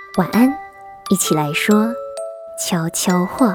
晚安，一起来说悄悄话。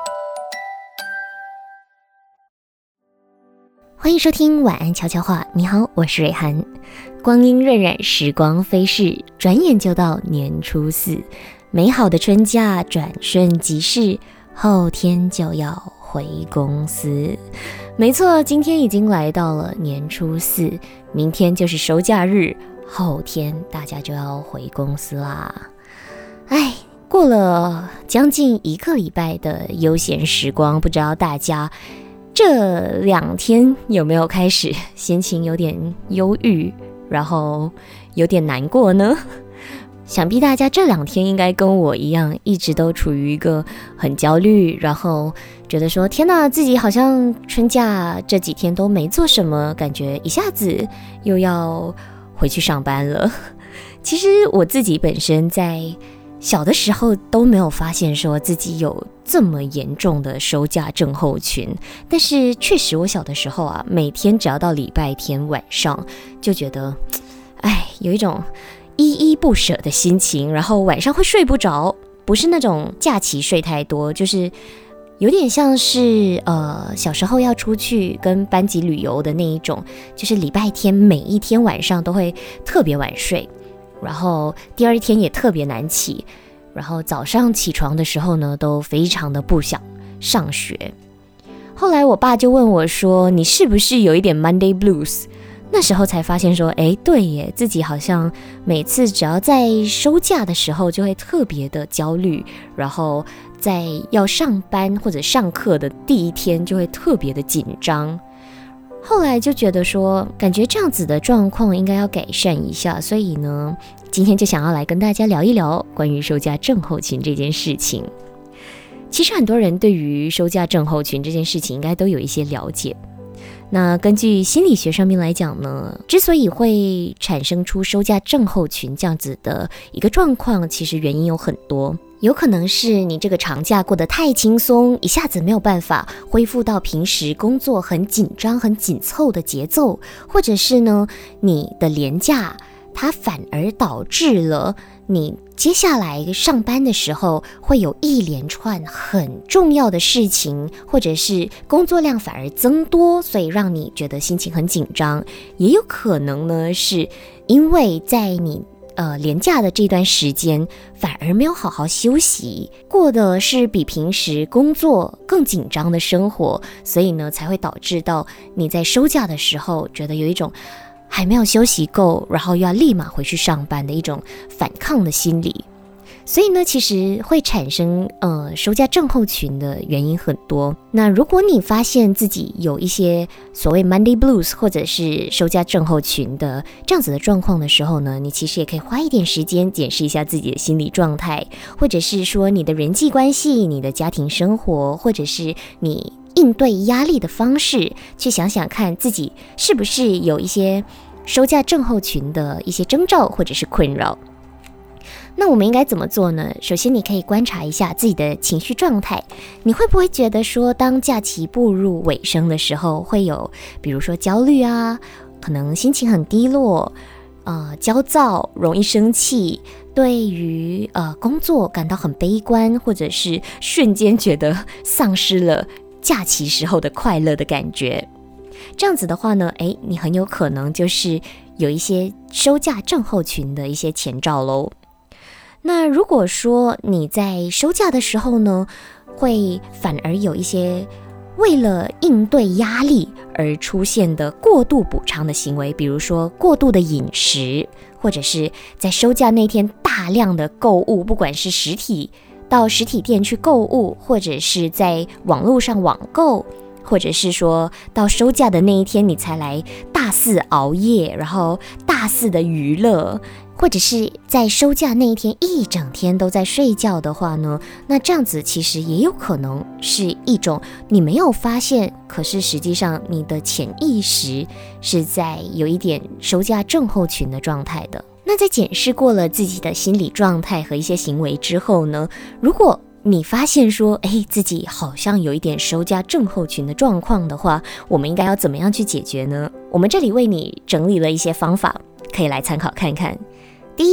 欢迎收听晚安悄悄话。你好，我是蕊涵。光阴荏苒，时光飞逝，转眼就到年初四，美好的春假转瞬即逝，后天就要回公司。没错，今天已经来到了年初四，明天就是收假日，后天大家就要回公司啦。过了将近1个礼拜的悠闲时光，不知道大家这2天有没有开始心情有点忧郁，然后有点难过呢？想必大家这2天应该跟我一样，一直都处于一个很焦虑，然后觉得说天哪，自己好像春假这几天都没做什么，感觉一下子又要回去上班了。其实我自己本身在小的时候都没有发现说自己有这么严重的收假症候群，但是确实我小的时候每天只要到礼拜天晚上就觉得有一种依依不舍的心情，然后晚上会睡不着，不是那种假期睡太多，就是有点像是小时候要出去跟班级旅游的那一种，就是礼拜天每一天晚上都会特别晚睡，然后第2天也特别难起，然后早上起床的时候呢都非常的不想上学。后来我爸就问我说，你是不是有一点 Monday Blues？ 那时候才发现说对耶，自己好像每次只要在收假的时候就会特别的焦虑，然后在要上班或者上课的第1天就会特别的紧张。后来就觉得说感觉这样子的状况应该要改善一下，所以呢今天就想要来跟大家聊一聊关于收假症候群这件事情。其实很多人对于收假症候群这件事情应该都有一些了解。那根据心理学上面来讲呢，之所以会产生出收假症候群这样子的一个状况，其实原因有很多。有可能是你这个长假过得太轻松，一下子没有办法恢复到平时工作很紧张很紧凑的节奏，或者是呢你的连假它反而导致了你接下来上班的时候会有一连串很重要的事情，或者是工作量反而增多，所以让你觉得心情很紧张。也有可能呢是因为在你连假的这段时间反而没有好好休息，过的是比平时工作更紧张的生活，所以呢才会导致到你在收假的时候觉得有一种还没有休息够，然后又要立马回去上班的一种反抗的心理。所以呢其实会产生收假症候群的原因很多。那如果你发现自己有一些所谓 Monday Blues 或者是收假症候群的这样子的状况的时候呢，你其实也可以花一点时间检视一下自己的心理状态，或者是说你的人际关系、你的家庭生活，或者是你应对压力的方式，去想想看自己是不是有一些收假症候群的一些征兆或者是困扰。那我们应该怎么做呢？首先你可以观察一下自己的情绪状态，你会不会觉得说当假期步入尾声的时候会有比如说焦虑可能心情很低落焦躁，容易生气，对于工作感到很悲观，或者是瞬间觉得丧失了假期时候的快乐的感觉。这样子的话呢你很有可能就是有一些收假症候群的一些前兆咯。那如果说你在收假的时候呢，会反而有一些为了应对压力而出现的过度补偿的行为，比如说过度的饮食，或者是在收假那天大量的购物，不管是到实体店去购物，或者是在网络上网购，或者是说到收假的那一天你才来大肆熬夜，然后大肆的娱乐，或者是在收假那一天一整天都在睡觉的话呢，那这样子其实也有可能是一种你没有发现，可是实际上你的潜意识是在有一点收假症候群的状态的。那在检视过了自己的心理状态和一些行为之后呢，如果你发现说自己好像有一点收假症候群的状况的话，我们应该要怎么样去解决呢？我们这里为你整理了一些方法，可以来参考看看。第一，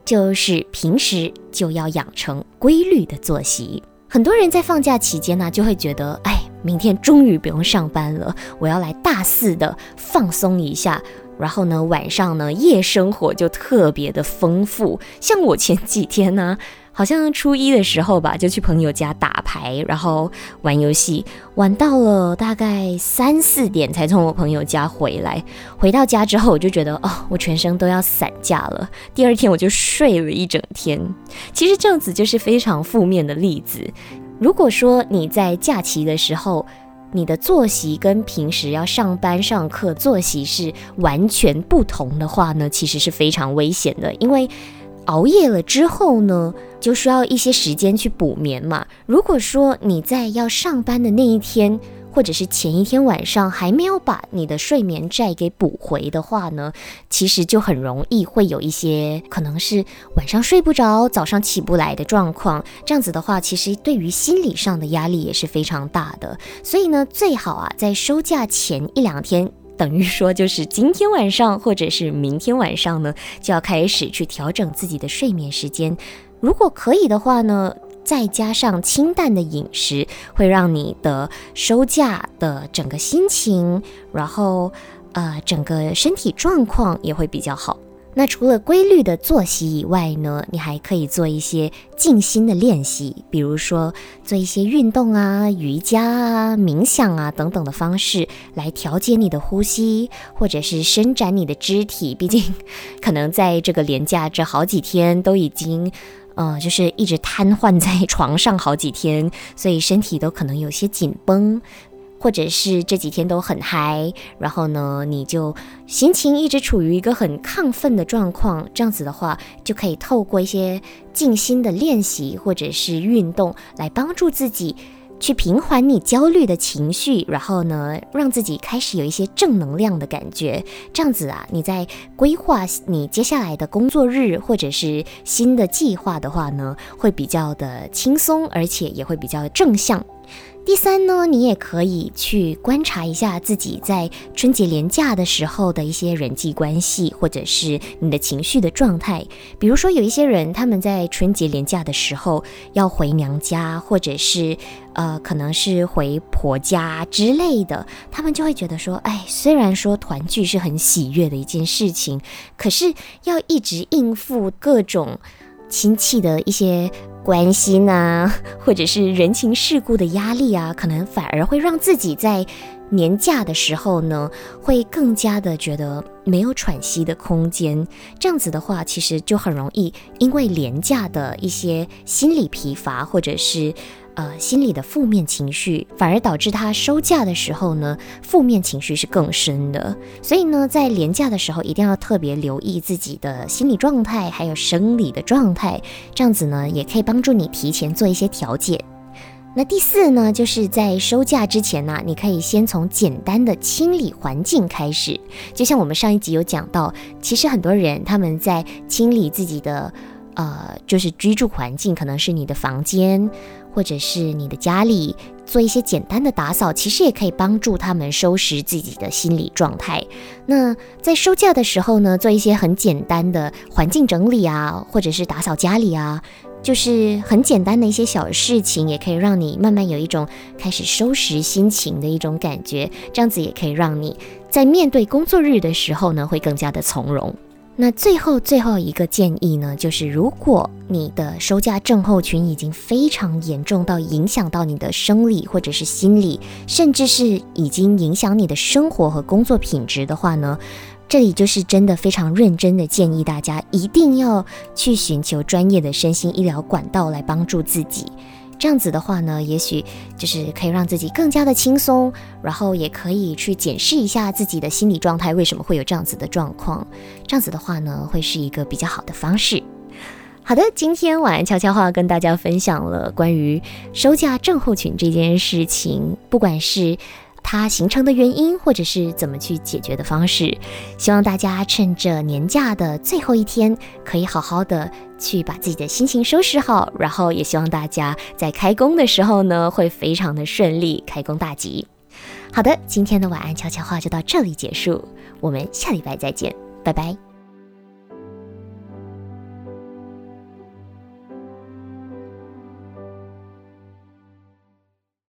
就是平时就要养成规律的作息。很多人在放假期间呢，就会觉得，明天终于不用上班了，我要来大肆的放松一下。然后呢，晚上呢，夜生活就特别的丰富。像我前几天呢，好像初一的时候吧，就去朋友家打牌，然后玩游戏，玩到了大概3、4点才从我朋友家回来。回到家之后，我就觉得我全身都要散架了。第二天我就睡了一整天。其实这样子就是非常负面的例子。如果说你在假期的时候，你的作息跟平时要上班上课作息是完全不同的话呢，其实是非常危险的。因为熬夜了之后呢，就需要一些时间去补眠嘛。如果说你在要上班的那一天，或者是前一天晚上还没有把你的睡眠债给补回的话呢，其实就很容易会有一些可能是晚上睡不着，早上起不来的状况。这样子的话，其实对于心理上的压力也是非常大的。所以呢，最好在收假前1、2天，等于说就是今天晚上或者是明天晚上呢，就要开始去调整自己的睡眠时间。如果可以的话呢，再加上清淡的饮食，会让你的收假的整个心情，然后整个身体状况也会比较好。那除了规律的作息以外呢，你还可以做一些静心的练习，比如说做一些运动啊、瑜伽啊、冥想啊等等的方式来调节你的呼吸，或者是伸展你的肢体。毕竟可能在这个连假这好几天都已经就是一直瘫痪在床上好几天，所以身体都可能有些紧绷，或者是这几天都很嗨，然后呢，你就心情一直处于一个很亢奋的状况。这样子的话，就可以透过一些静心的练习或者是运动来帮助自己去平缓你焦虑的情绪，然后呢，让自己开始有一些正能量的感觉。这样子你在规划你接下来的工作日或者是新的计划的话呢，会比较的轻松，而且也会比较正向。第三呢，你也可以去观察一下自己在春节连假的时候的一些人际关系，或者是你的情绪的状态。比如说有一些人，他们在春节连假的时候要回娘家，或者是可能是回婆家之类的，他们就会觉得说，虽然说团聚是很喜悦的一件事情，可是要一直应付各种亲戚的一些关心啊，或者是人情世故的压力啊，可能反而会让自己在年假的时候呢，会更加的觉得没有喘息的空间。这样子的话，其实就很容易因为连假的一些心理疲乏，或者是心理的负面情绪，反而导致他收假的时候呢，负面情绪是更深的。所以呢，在连假的时候一定要特别留意自己的心理状态，还有生理的状态，这样子呢，也可以帮助你提前做一些调节。那第4呢，就是在收假之前呢，你可以先从简单的清理环境开始。就像我们上一集有讲到，其实很多人他们在清理自己的就是居住环境，可能是你的房间或者是你的家里，做一些简单的打扫，其实也可以帮助他们收拾自己的心理状态。那在收假的时候呢，做一些很简单的环境整理啊，或者是打扫家里啊，就是很简单的一些小事情，也可以让你慢慢有一种开始收拾心情的一种感觉。这样子也可以让你在面对工作日的时候呢，会更加的从容。那最后一个建议呢，就是如果你的收假症候群已经非常严重到影响到你的生理或者是心理，甚至是已经影响你的生活和工作品质的话呢，这里就是真的非常认真的建议大家一定要去寻求专业的身心医疗管道来帮助自己。这样子的话呢，也许就是可以让自己更加的轻松，然后也可以去检视一下自己的心理状态为什么会有这样子的状况。这样子的话呢，会是一个比较好的方式。好的，今天晚安悄悄话跟大家分享了关于收假症候群这件事情，不管是它形成的原因，或者是怎么去解决的方式。希望大家趁着年假的最后一天，可以好好的去把自己的心情收拾好，然后也希望大家在开工的时候呢，会非常的顺利，开工大吉。好的，今天的晚安悄悄话就到这里结束，我们下礼拜再见，拜拜。